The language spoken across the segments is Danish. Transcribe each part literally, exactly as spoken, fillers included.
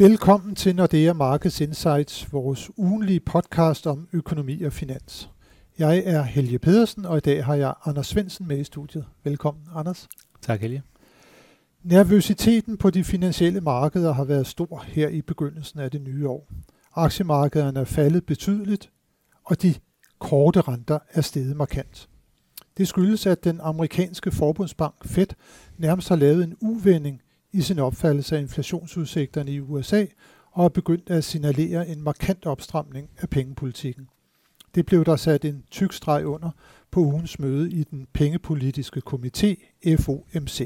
Velkommen til Nordea Markets Insights, vores ugenlige podcast om økonomi og finans. Jeg er Helge Pedersen, og i dag har jeg Anders Svendsen med i studiet. Velkommen, Anders. Tak, Helge. Nervøsiteten på de finansielle markeder har været stor her i begyndelsen af det nye år. Aktiemarkederne er faldet betydeligt, og de korte renter er steget markant. Det skyldes, at den amerikanske forbundsbank Fed nærmest har lavet en uvending i sin opfattelse af inflationsudsigterne i U S A og er begyndt at signalere en markant opstramning af pengepolitikken. Det blev der sat en tyk streg under på ugens møde i den pengepolitiske komité F O M C.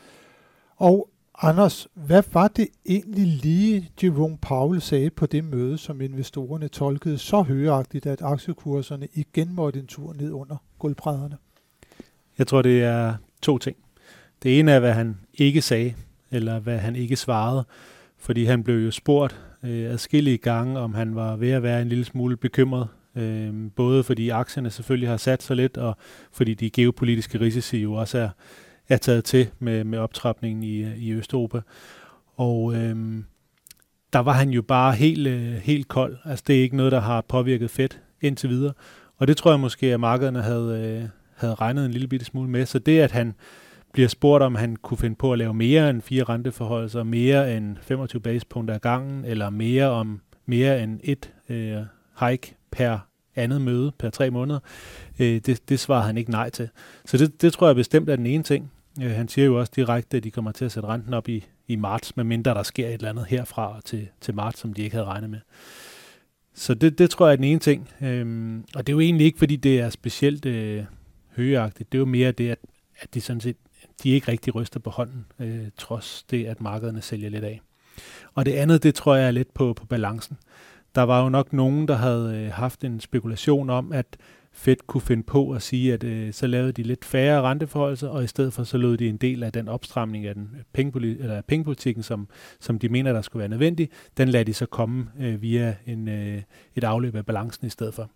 Og Anders, hvad var det egentlig lige Jerome Powell sagde på det møde, som investorerne tolkede så højagtigt, at aktiekurserne igen måtte en tur ned under gulvbrædderne? Jeg tror, det er to ting. Det ene er, hvad han ikke sagde, eller hvad han ikke svarede, fordi han blev jo spurgt øh, adskillige gange, om han var ved at være en lille smule bekymret, øh, både fordi aktierne selvfølgelig har sat sig lidt, og fordi de geopolitiske risici jo også er, er taget til med, med optrapningen i, i Østeuropa. Og øh, der var han jo bare helt, øh, helt kold. Altså det er ikke noget, der har påvirket Fed indtil videre, og det tror jeg måske, at markederne havde, øh, havde regnet en lille bitte smule med. Så det, at han bliver spurgt, om han kunne finde på at lave mere end fire renteforholdelser, mere end femogtyve basispunkter ad gangen, eller mere om mere end et øh, hike per andet møde per tre måneder, øh, det, det svarede han ikke nej til. Så det, det tror jeg bestemt er den ene ting. Øh, han siger jo også direkte, at de kommer til at sætte renten op i, i marts, medmindre der sker et eller andet herfra til, til marts, som de ikke havde regnet med. Så det, det tror jeg er den ene ting. Øh, og det er jo egentlig ikke, fordi det er specielt øh, højagtigt. Det er jo mere det, at, at de sådan set de ikke rigtig ryster på hånden, øh, trods det, at markederne sælger lidt af. Og det andet, det tror jeg er lidt på, på balancen. Der var jo nok nogen, der havde øh, haft en spekulation om, at Fed kunne finde på at sige, at øh, så lavede de lidt færre renteforholdelser, og i stedet for så lod de en del af den opstramning af den pengepoli- eller pengepolitikken, som, som de mener, der skulle være nødvendig, den lader de så komme øh, via en, øh, et afløb af balancen i stedet for.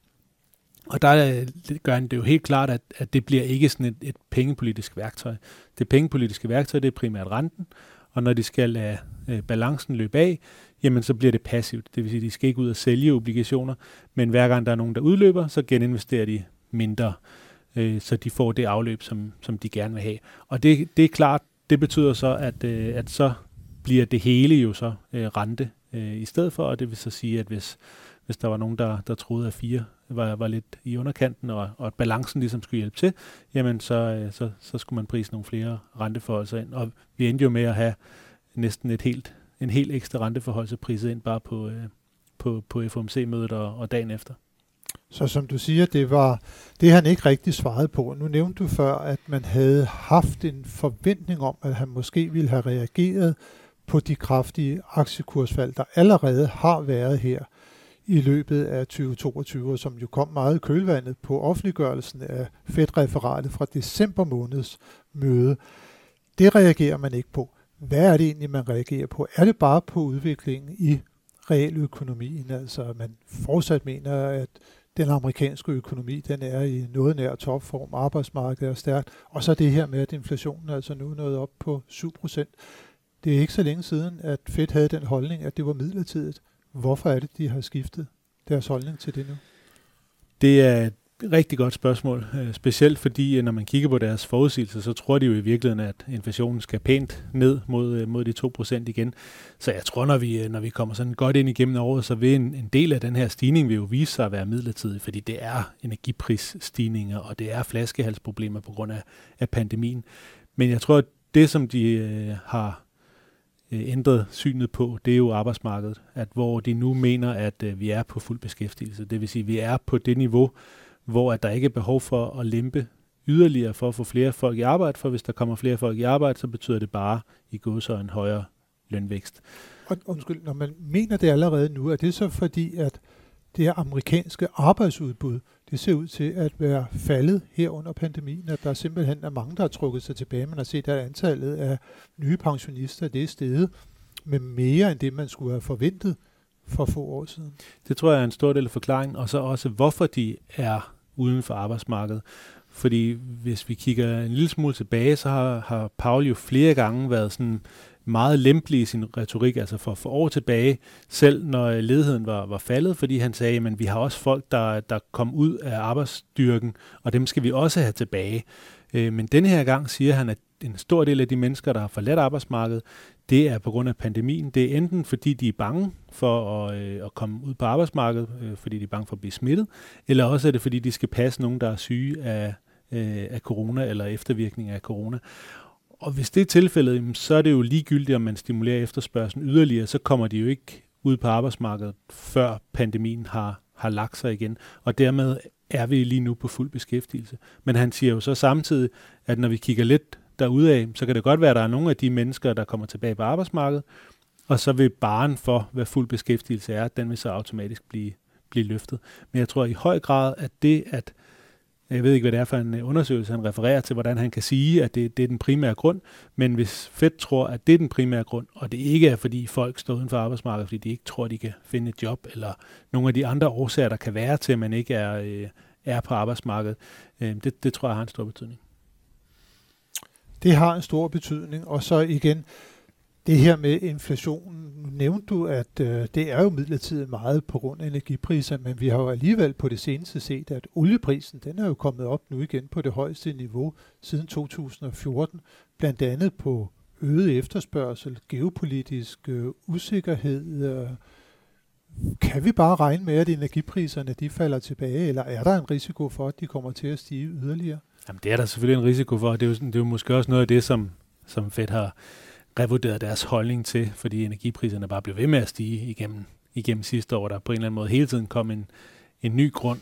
Og der gør han det jo helt klart, at, at det bliver ikke sådan et, et pengepolitisk værktøj. Det pengepolitiske værktøj, det er primært renten, og når de skal lade øh, balancen løbe af, jamen så bliver det passivt. Det vil sige, at de skal ikke ud og sælge obligationer, men hver gang der er nogen, der udløber, så geninvesterer de mindre, øh, så de får det afløb, som, som de gerne vil have. Og det, det er klart, det betyder så, at, øh, at så bliver det hele jo så øh, rente øh, i stedet for, og det vil så sige, at hvis Hvis der var nogen, der, der troede, at fire var, var lidt i underkanten, og, og at balancen ligesom skulle hjælpe til, jamen så, så, så skulle man prise nogle flere renteforholdelser ind. Og vi endte jo med at have næsten et helt, en helt ekstra renteforholdelse priset ind bare på, på, på F O M C-mødet og, og dagen efter. Så som du siger, det var det, han ikke rigtig svarede på. Nu nævnte du før, at man havde haft en forventning om, at han måske ville have reageret på de kraftige aktiekursfald, der allerede har været her i løbet af tyve toogtyve, som jo kom meget i kølvandet på offentliggørelsen af Fed-referatet fra december måneds møde. Det reagerer man ikke på. Hvad er det egentlig, man reagerer på? Er det bare på udviklingen i realøkonomien? Altså, at man fortsat mener, at den amerikanske økonomi, den er i noget nær topform, arbejdsmarkedet er stærkt, og så det her med, at inflationen er altså nu nået op på syv procent. Det er ikke så længe siden, at Fed havde den holdning, at det var midlertidigt. Hvorfor er det, de har skiftet deres holdning til det nu? Det er et rigtig godt spørgsmål, specielt fordi, når man kigger på deres forudsigelser, så tror de jo i virkeligheden, at inflationen skal pænt ned mod, mod de to procent igen. Så jeg tror, når vi, når vi kommer sådan godt ind igennem året, så vil en, en del af den her stigning vil jo vise sig at være midlertidig, fordi det er energiprisstigninger, og det er flaskehalsproblemer på grund af, af pandemien. Men jeg tror, at det, som de øh, har ændret synet på, det er jo arbejdsmarkedet, at hvor de nu mener, at øh, vi er på fuld beskæftigelse. Det vil sige, at vi er på det niveau, hvor at der ikke er behov for at lempe yderligere for at få flere folk i arbejde, for hvis der kommer flere folk i arbejde, så betyder det bare i gåseøjne en højere lønvækst. Og undskyld, når man mener det allerede nu, er det så fordi, at det her amerikanske arbejdsudbud, det ser ud til at være faldet her under pandemien, at der simpelthen er mange, der har trukket sig tilbage. Man har set, at antallet af nye pensionister, det er steget med mere end det, man skulle have forventet for få år siden. Det tror jeg er en stor del af forklaringen, og så også, hvorfor de er uden for arbejdsmarkedet. Fordi hvis vi kigger en lille smule tilbage, så har, har Powell jo flere gange været sådan meget lempelig i sin retorik, altså for, for år tilbage, selv når ledigheden var, var faldet, fordi han sagde, at vi har også folk, der, der kom ud af arbejdsstyrken, og dem skal vi også have tilbage. Øh, men denne her gang siger han, at en stor del af de mennesker, der har forladt arbejdsmarkedet, det er på grund af pandemien. Det er enten fordi, de er bange for at, øh, at komme ud på arbejdsmarkedet, øh, fordi de er bange for at blive smittet, eller også er det fordi, de skal passe nogen, der er syge af, øh, af corona eller eftervirkninger af corona. Og hvis det er tilfældet, så er det jo ligegyldigt, om man stimulerer efterspørgslen yderligere, så kommer de jo ikke ud på arbejdsmarkedet, før pandemien har, har lagt sig igen. Og dermed er vi lige nu på fuld beskæftigelse. Men han siger jo så samtidig, at når vi kigger lidt derudaf, så kan det godt være, at der er nogle af de mennesker, der kommer tilbage på arbejdsmarkedet, og så vil barren for, hvad fuld beskæftigelse er, den vil så automatisk blive, blive løftet. Men jeg tror i høj grad, at det, at jeg ved ikke, hvad det er for en undersøgelse, han refererer til, hvordan han kan sige, at det, det er den primære grund, men hvis Fed tror, at det er den primære grund, og det ikke er, fordi folk står uden for arbejdsmarkedet, fordi de ikke tror, de kan finde et job, eller nogle af de andre årsager, der kan være til, at man ikke er, øh, er på arbejdsmarkedet, øh, det, det tror jeg har en stor betydning. Det har en stor betydning, og så igen, det her med inflationen, nu nævnte du, at øh, det er jo midlertidigt meget på grund af energipriser, men vi har jo alligevel på det seneste set, at olieprisen, den er jo kommet op nu igen på det højeste niveau siden to tusind og fjorten, blandt andet på øget efterspørgsel, geopolitisk øh, usikkerhed. Øh, kan vi bare regne med, at energipriserne de falder tilbage, eller er der en risiko for, at de kommer til at stige yderligere? Jamen, det er der selvfølgelig en risiko for, og det er jo, det er jo måske også noget af det, som, som Fed har revurderet deres holdning til, fordi energipriserne bare blev ved med at stige igennem, igennem sidste år, der på en eller anden måde hele tiden kom en, en ny grund.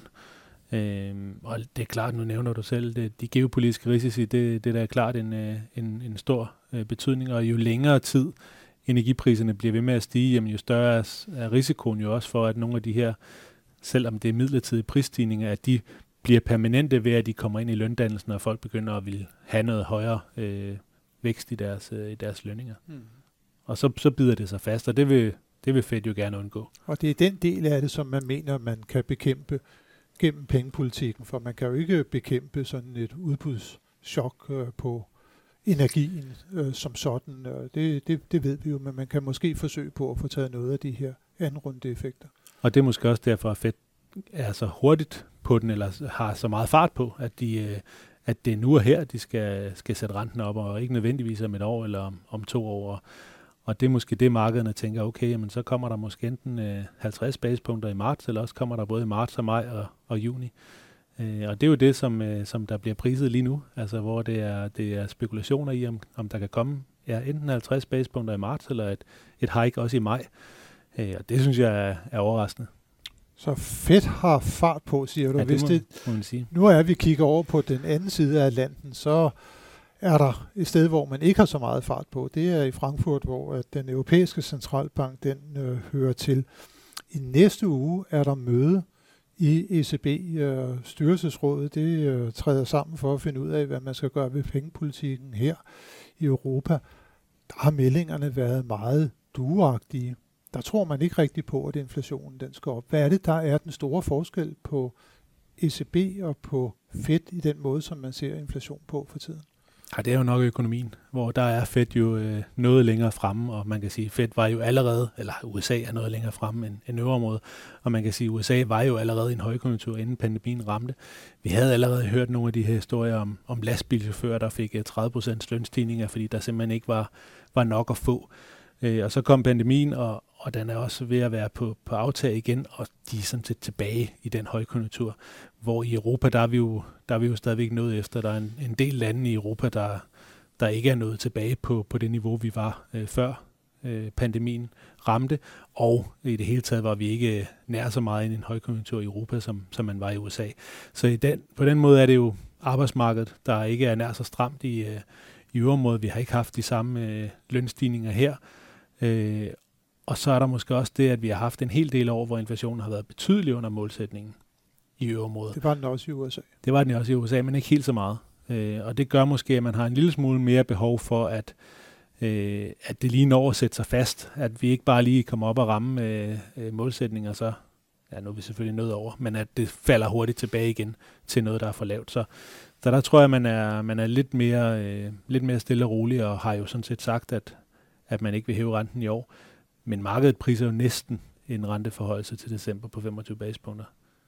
Øhm, og det er klart, nu nævner du selv, det, de geopolitiske risici, det, det der er klart en, en, en stor øh, betydning, og jo længere tid energipriserne bliver ved med at stige, jamen jo større er, er risikoen jo også for, at nogle af de her, selvom det er midlertidige prisstigninger, at de bliver permanente ved, at de kommer ind i løndannelsen, og folk begynder at ville have noget højere øh, vækst i deres, øh, i deres lønninger. Mm. Og så, så bider det sig fast, og det vil, det vil Fed jo gerne undgå. Og det er den del af det, som man mener, man kan bekæmpe gennem pengepolitikken, for man kan jo ikke bekæmpe sådan et udbudschok øh, på energien øh, som sådan. Det, det, det ved vi jo, men man kan måske forsøge på at få taget noget af de her anrundede effekter. Og det er måske også derfor, at Fed er så hurtigt på den, eller har så meget fart på, at, de, øh, at det er nu og her, de skal, skal sætte renten op, og ikke nødvendigvis om et år eller om, om to år. Og det er måske det, markederne tænker, okay, jamen, så kommer der måske enten øh, halvtreds basispunkter i marts, eller også kommer der både i marts og maj og, og juni. Øh, og det er jo det, som, øh, som der bliver priset lige nu, altså hvor det er, det er spekulationer i, om, om der kan komme ja, enten halvtreds basispunkter i marts, eller et, et hike også i maj. Øh, og det synes jeg er, er overraskende. Så Fed har fart på, siger du. Ja, det Hvis må, det, må man sige. Nu er vi kigger over på den anden side af Atlanten, så er der et sted, hvor man ikke har så meget fart på. Det er i Frankfurt, hvor at den europæiske centralbank den øh, hører til. I næste uge er der møde i E C B. Øh, styrelsesrådet det øh, træder sammen for at finde ud af, hvad man skal gøre ved pengepolitikken her i Europa. Der har meldingerne været meget dueagtige. Der tror man ikke rigtigt på, at inflationen den skal op. Hvad er det, der er den store forskel på E C B og på Fed i den måde, som man ser inflation på for tiden? Ja, det er jo nok økonomien, hvor der er Fed jo øh, noget længere fremme, og man kan sige, at Fed var jo allerede, eller U S A er noget længere fremme end, end øvrigt, og man kan sige, at U S A var jo allerede i en højkonjunktur, inden pandemien ramte. Vi havde allerede hørt nogle af de her historier om, om lastbilchauffører, der fik tredive procent lønstigninger, fordi der simpelthen ikke var, var nok at få. Øh, og så kom pandemien, og, og den er også ved at være på, på aftag igen, og de er sådan set tilbage i den højkonjunktur, hvor i Europa, der er vi jo, der er vi jo stadigvæk nået efter. Der er en, en del lande i Europa, der, der ikke er nået tilbage på, på det niveau, vi var øh, før øh, pandemien ramte, og i det hele taget var vi ikke nær så meget i en højkonjunktur i Europa, som, som man var i U S A. Så i den, på den måde er det jo arbejdsmarkedet, der ikke er nær så stramt i, øh, i øvrigt. Vi har ikke haft de samme øh, lønstigninger her, øh, og så er der måske også det, at vi har haft en hel del år, hvor inflationen har været betydeligt under målsætningen i øvrigt. Det var den også i U S A. Det var den også i U S A, men ikke helt så meget. Øh, og det gør måske, at man har en lille smule mere behov for, at, øh, at det lige når at sætte sig fast. At vi ikke bare lige kommer op og ramme øh, øh, målsætninger, så ja, nu er vi selvfølgelig nødt over, men at det falder hurtigt tilbage igen til noget, der er for lavt. Så, så der tror jeg, man er, man er lidt, mere, øh, lidt mere stille og rolig, og har jo sådan set sagt, at at man ikke vil hæve renten i år. Men markedet priser jo næsten en renteforhøjelse til december på femogtyve basispunkter.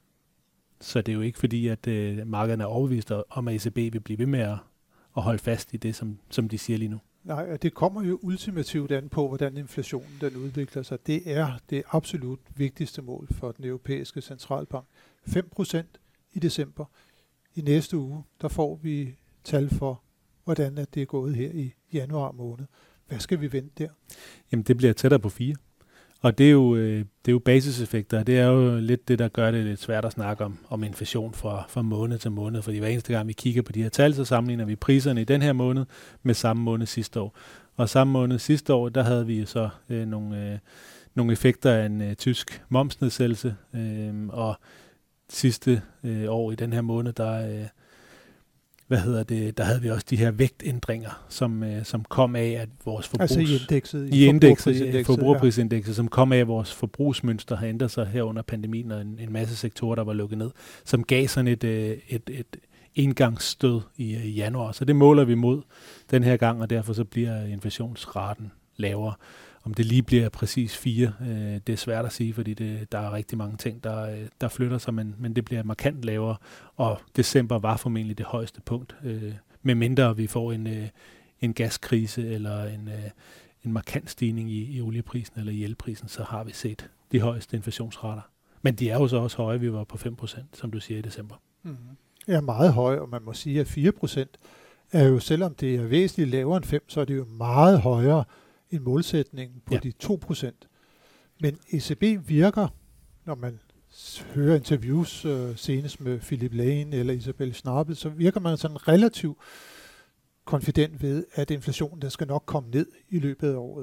Så det er jo ikke fordi, at øh, markedet er overbevist om, at E C B vil blive ved med at, at holde fast i det, som, som de siger lige nu. Nej, og det kommer jo ultimativt an på, hvordan inflationen den udvikler sig. Det er det absolut vigtigste mål for den europæiske centralbank. fem procent i december. I næste uge, der får vi tal for, hvordan det er gået her i januar måned. Hvad skal vi vente der? Jamen, det bliver tættere på fire. Og det er jo, øh, det er jo basiseffekter, og det er jo lidt det, der gør det lidt svært at snakke om, om inflation fra, fra måned til måned. Fordi hver eneste gang, vi kigger på de her tal, så sammenligner vi priserne i den her måned med samme måned sidste år. Og samme måned sidste år, der havde vi så øh, nogle, øh, nogle effekter af en øh, tysk momsnedsættelse. Øh, og sidste øh, år i den her måned, der... Øh, hvad hedder det, der havde vi også de her vægtændringer, som, øh, som kom af, at vores forbrugs... Altså i indekset? I, I indekset, forbrugerprisindekset, ja. Som kom af, at vores forbrugsmønster har ændret sig her under pandemien, og en, en masse sektorer, der var lukket ned, som gav sådan et, et, et, et engangsstød i, i januar. Så det måler vi mod den her gang, og derfor så bliver inflationsraten lavere. Om det lige bliver præcis fire, øh, det er svært at sige, fordi det, der er rigtig mange ting, der, der flytter sig, men, men det bliver markant lavere, og december var formentlig det højeste punkt. Øh, med mindre vi får en, øh, en gaskrise eller en, øh, en markant stigning i, i olieprisen eller i elprisen, så har vi set de højeste inflationsrater. Men de er jo så også høje, vi var på fem procent, som du siger, i december. Mm-hmm. Er meget høje, og man må sige, at fire procent er jo, selvom det er væsentligt lavere end fem, så er det jo meget højere en målsætning på ja. de to procent. Men E C B virker, når man hører interviews øh, senest med Philip Lane eller Isabel Schnabel, så virker man sådan relativt konfident ved, at inflationen der skal nok komme ned i løbet af året.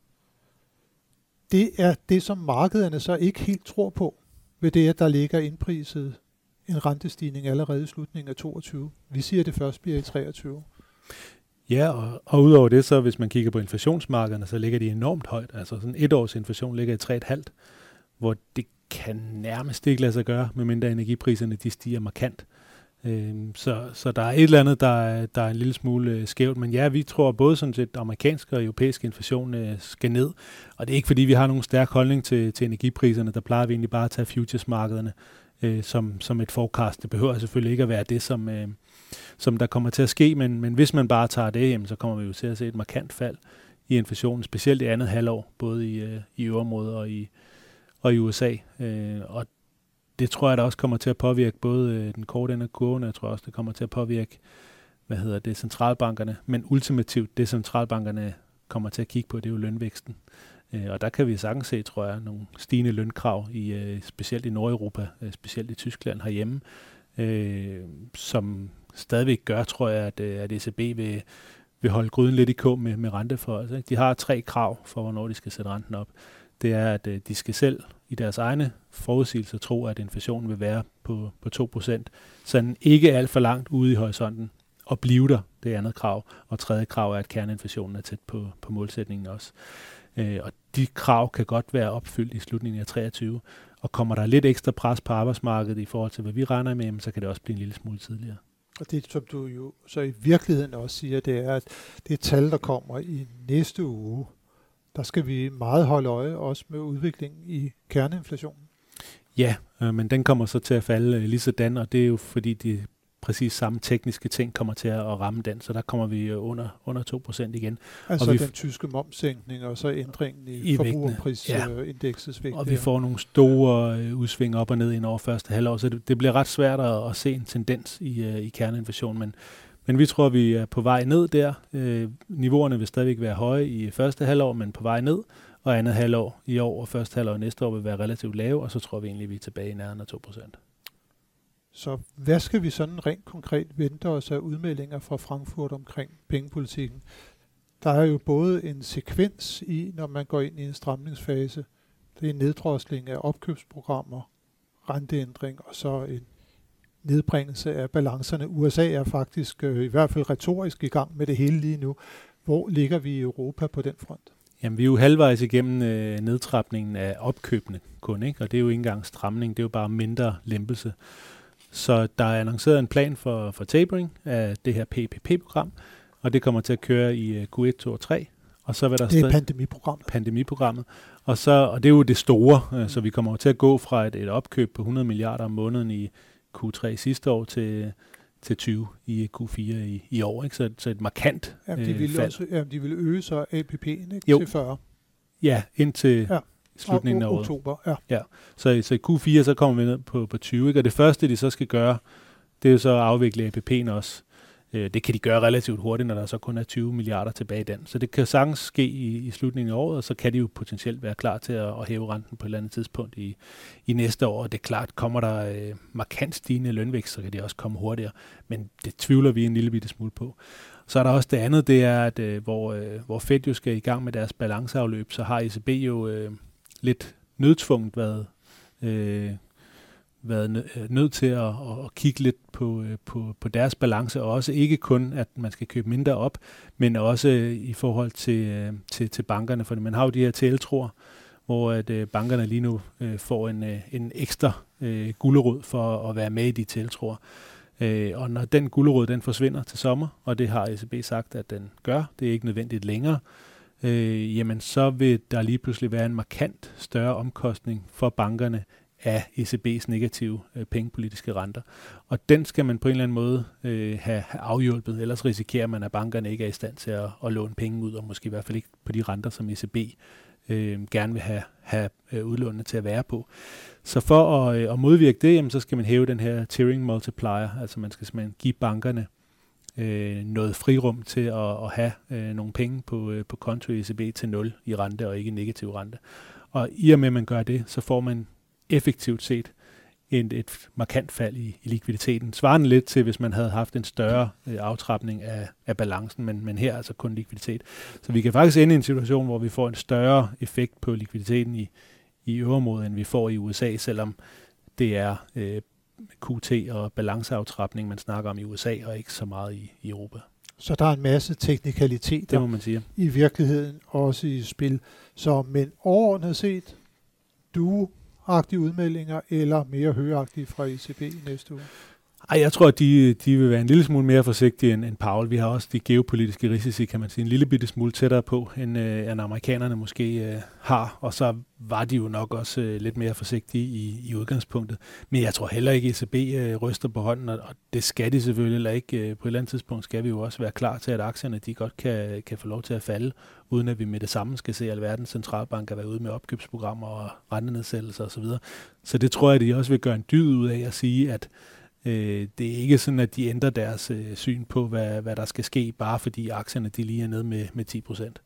Det er det, som markederne så ikke helt tror på, ved det, at der ligger indpriset en rentestigning allerede i slutningen af toogtyve. Vi siger, at det først bliver i treogtyve. Ja, og, og udover det, så hvis man kigger på inflationsmarkederne, så ligger de enormt højt. Altså sådan et års inflation ligger i tre komma fem, hvor det kan nærmest ikke lade sig gøre, medmindre energipriserne de stiger markant. Øhm, så, så der er et eller andet, der er, der er en lille smule øh, skævt. Men ja, vi tror både sådan set, at amerikansk og europæisk inflation øh, skal ned. Og det er ikke fordi, vi har nogen stærk holdning til, til energipriserne. Der plejer vi egentlig bare at tage futuresmarkederne øh, som, som et forecast. Det behøver selvfølgelig ikke at være det, som... Øh, som der kommer til at ske, men, men hvis man bare tager det, jamen, så kommer vi jo til at se et markant fald i inflationen, specielt i andet halvår, både i, øh, i øvrigt og i, og i U S A. Øh, og det tror jeg, der også kommer til at påvirke både øh, den korte ende af kurven, og jeg tror også, det kommer til at påvirke, hvad hedder det, centralbankerne, men ultimativt, det centralbankerne kommer til at kigge på, det er jo lønvæksten. Øh, og der kan vi sagtens se, tror jeg, nogle stigende lønkrav, i, øh, specielt i Nordeuropa, øh, specielt i Tyskland herhjemme, øh, som stadigvæk gør, tror jeg, at, at E C B vil, vil holde gryden lidt i kog med, med renteforhold. De har tre krav for, hvornår de skal sætte renten op. Det er, at de skal selv i deres egne forudsigelser tro, at inflationen vil være på, på to procent, så den ikke er alt for langt ude i horisonten og blive der, det andet krav. Og tredje krav er, at kerneinflationen er tæt på, på målsætningen også. Øh, og de krav kan godt være opfyldt i slutningen af treogtyve, og kommer der lidt ekstra pres på arbejdsmarkedet i forhold til, hvad vi regner med, så kan det også blive en lille smule tidligere. Og det, som du jo så i virkeligheden også siger, det er, at det tal, der kommer i næste uge, der skal vi meget holde øje også med udviklingen i kerneinflationen. Ja, øh, men den kommer så til at falde lige sådan, og det er jo fordi de præcis samme tekniske ting kommer til at ramme den, så der kommer vi under, under to procent igen. Altså og vi den tyske momssænkning og så ændringen i, i forbrugerprisindeksets vægt. Og vi får nogle store øh, udsving op og ned ind over første halvår, så det, det bliver ret svært at, at se en tendens i, øh, i kerneinflation, men, men vi tror, vi er på vej ned der. Øh, niveauerne vil stadigvæk være høje i første halvår, men på vej ned, og andet halvår i år og første halvår næste år vil være relativt lave, og så tror vi egentlig, vi er tilbage i nærheden af to procent. Så hvad skal vi sådan rent konkret vente os af udmeldinger fra Frankfurt omkring pengepolitikken? Der er jo både en sekvens i, når man går ind i en stramningsfase. Det er en neddrosling af opkøbsprogrammer, renteændring og så en nedbringelse af balancerne. U S A er faktisk øh, i hvert fald retorisk i gang med det hele lige nu. Hvor ligger vi i Europa på den front? Jamen, vi er jo halvvejs igennem øh, nedtrapningen af opkøbene kun, ikke? Og det er jo ikke engang stramning, det er jo bare mindre lempelse. Så der er annonceret en plan for, for tapering af det her P P P-program, og det kommer til at køre i uh, Q et, to og tre. Og så vil der det er stadig pandemiprogrammet. pandemiprogrammet. Og, så, og det er jo det store, øh, så vi kommer til at gå fra et, et opkøb på hundrede milliarder om måneden i Q tre sidste år til, til tyve i Q fire i, i år. Ikke? Så, så et markant Jamen, de øh, ville fald. også, jamen, de ville øge så A P P'en ikke, Jo. til fyrre. Ja, indtil Ja. slutningen af og, året. oktober, ja. Ja, så, så i Q fire så kommer vi ned på, på tyve, ikke? Og det første, de så skal gøre, det er jo så at afvikle A P P'en også. Øh, det kan de gøre relativt hurtigt, når der så kun er tyve milliarder tilbage i den. Så det kan sagtens ske i, i slutningen af året, og så kan de jo potentielt være klar til at, at hæve renten på et eller andet tidspunkt i, i næste år. Og det er klart, kommer der øh, markant stigende lønvækst, så kan det også komme hurtigere. Men det tvivler vi en lille bitte smule på. Så er der også det andet, det er, at øh, hvor, øh, hvor Fed jo skal i gang med deres balanceafløb, så har E C B jo øh, lidt nødtvunget været, øh, været nø- nødt til at, at kigge lidt på, øh, på, på deres balance, og også ikke kun, at man skal købe mindre op, men også i forhold til, øh, til, til bankerne, for man har jo de her tiltroer, hvor at, øh, bankerne lige nu øh, får en, øh, en ekstra øh, gulerod for at være med i de tiltroer. Øh, og når den gulerod den forsvinder til sommer, og det har E C B sagt, at den gør, det er ikke nødvendigt længere, øh, jamen så vil der lige pludselig være en markant større omkostning for bankerne af E C B's negative øh, pengepolitiske renter. Og den skal man på en eller anden måde øh, have, have afhjulpet, ellers risikerer man, at bankerne ikke er i stand til at, at låne penge ud, og måske i hvert fald ikke på de renter, som E C B øh, gerne vil have, have øh, udlånene til at være på. Så for at, øh, at modvirke det, jamen, så skal man hæve den her tiering multiplier, altså man skal simpelthen give bankerne øh, noget frirum til at, at have øh, nogle penge på, øh, på konto i E C B til nul i rente og ikke negativ rente. Og i og med, at man gør det, så får man effektivt set et, et markant fald i, i likviditeten. Svarende lidt til, hvis man havde haft en større øh, aftrapning af, af balancen, men, men her altså kun likviditet. Så vi kan faktisk ende i en situation, hvor vi får en større effekt på likviditeten i, i øvrigt, end vi får i U S A, selvom det er øh, Q T og balanceaftrapning, man snakker om i U S A, og ikke så meget i, i Europa. Så der er en masse teknikaliteter, det må man sige, i virkeligheden også i spil. Så men overordnet set, du agtige udmeldinger, eller mere højagtige fra E C B i næste uge? Ej, jeg tror, at de, de vil være en lille smule mere forsigtige end, end Powell. Vi har også de geopolitiske risici, kan man sige, en lille bitte smule tættere på, end, øh, end amerikanerne måske øh, har. Og så var de jo nok også øh, lidt mere forsigtige i, i udgangspunktet. Men jeg tror heller ikke, at E C B øh, ryster på hånden, og, og det skal de selvfølgelig heller ikke. Øh, på et eller andet tidspunkt skal vi jo også være klar til, at aktierne de godt kan, kan få lov til at falde, uden at vi med det samme skal se alverdens centralbanker være ude med opkøbsprogrammer og rentenedsættelser osv. Så, så det tror jeg, at de også vil gøre en dyd ud af at sige, at Øh, det er ikke sådan, at de ændrer deres øh, syn på, hvad, hvad der skal ske, bare fordi aktierne de lige er nede med, med ti procent.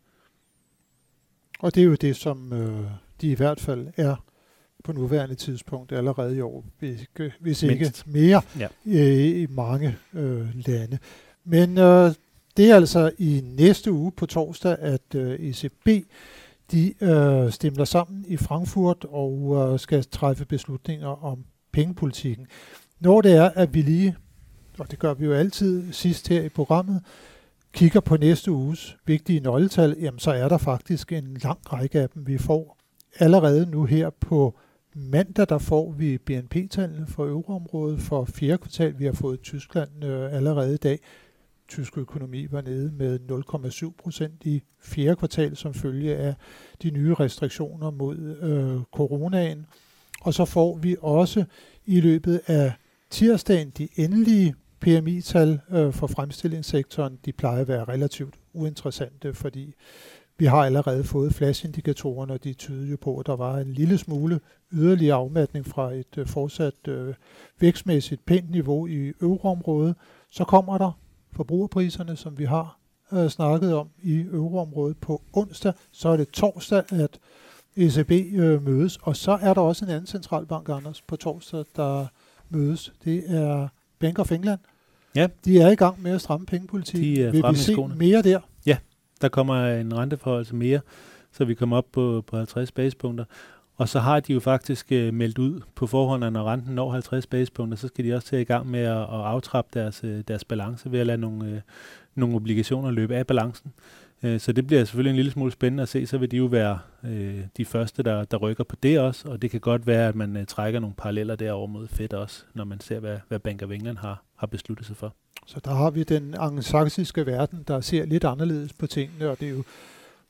Og det er jo det, som øh, de i hvert fald er på nuværende tidspunkt allerede i år, hvis, hvis ikke mere ja. øh, i mange øh, lande. Men øh, det er altså i næste uge på torsdag, at øh, E C B de øh, stemmer sammen i Frankfurt og øh, skal træffe beslutninger om pengepolitikken. Når det er, at vi lige, og det gør vi jo altid sidst her i programmet, kigger på næste uges vigtige nøgletal, jamen så er der faktisk en lang række af dem, vi får. Allerede nu her på mandag, der får vi B N P-tallene for euroområdet for fjerde kvartal. Vi har fået Tyskland øh, allerede i dag. Tysk økonomi var nede med nul komma syv procent i fjerde kvartal som følge af de nye restriktioner mod øh, coronaen. Og så får vi også i løbet af tirsdagen de endelige P M I-tal øh, for fremstillingssektoren. De plejer at være relativt uinteressante, fordi vi har allerede fået flash-indikatorerne, og de tyder jo på, at der var en lille smule yderligere afmatning fra et øh, fortsat øh, vækstmæssigt pænt niveau i euroområdet. Så kommer der forbrugerpriserne, som vi har øh, snakket om i euroområdet på onsdag. Så er det torsdag, at E C B øh, mødes, og så er der også en anden centralbank, Anders, på torsdag, der mødes. Det er Bank of England. Ja. De er i gang med at stramme pengepolitikken. De er Vil vi se mere der? Ja, der kommer en renteforholdelse mere, så vi kommer op på, på halvtreds basispunkter. Og så har de jo faktisk uh, meldt ud på forhånd, at når renten når halvtreds basispunkter, så skal de også til i gang med at, at aftrappe deres, uh, deres balance ved at lade nogle, uh, nogle obligationer løbe af balancen. Uh, så det bliver selvfølgelig en lille smule spændende at se. Så vil de jo være uh, de første, der, der rykker på det også. Og det kan godt være, at man uh, trækker nogle paralleller derover mod Fed også, når man ser, hvad, hvad Bank of England har, har besluttet sig for. Så der har vi den angelsaksiske verden, der ser lidt anderledes på tingene, og det er jo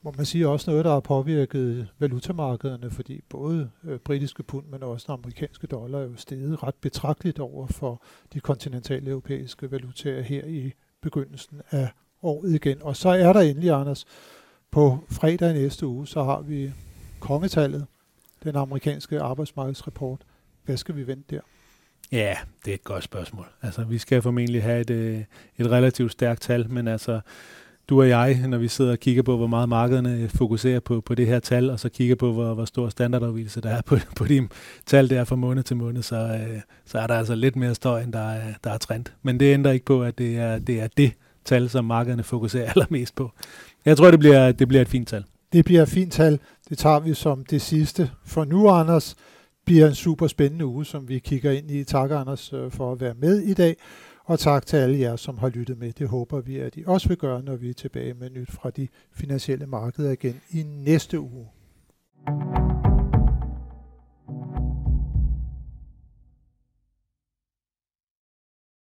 må man sige også noget, der har påvirket valutamarkederne, fordi både øh, britiske pund, men også den amerikanske dollar er jo steget ret betragteligt over for de kontinentale europæiske valutaer her i begyndelsen af året igen. Og så er der endelig, Anders, på fredag i næste uge, så har vi kongetallet, den amerikanske arbejdsmarkedsrapport. Hvad skal vi vente der? Ja, det er et godt spørgsmål. Altså, vi skal formentlig have et, et relativt stærkt tal, men altså, du og jeg, når vi sidder og kigger på, hvor meget markederne fokuserer på, på det her tal, og så kigger på, hvor, hvor stor standardafvigelse der er på, på de tal, der er fra måned til måned, så, øh, så er der altså lidt mere støj, end der er, der er trend. Men det ændrer ikke på, at det er det, er det tal, som markederne fokuserer allermest på. Jeg tror, det bliver, det bliver et fint tal. Det bliver et fint tal. Det tager vi som det sidste. For nu, Anders, bliver en super spændende uge, som vi kigger ind i. Tak, Anders, for at være med i dag. Og tak til alle jer, som har lyttet med. Det håber vi, at I også vil gøre, når vi er tilbage med nyt fra de finansielle markeder igen i næste uge.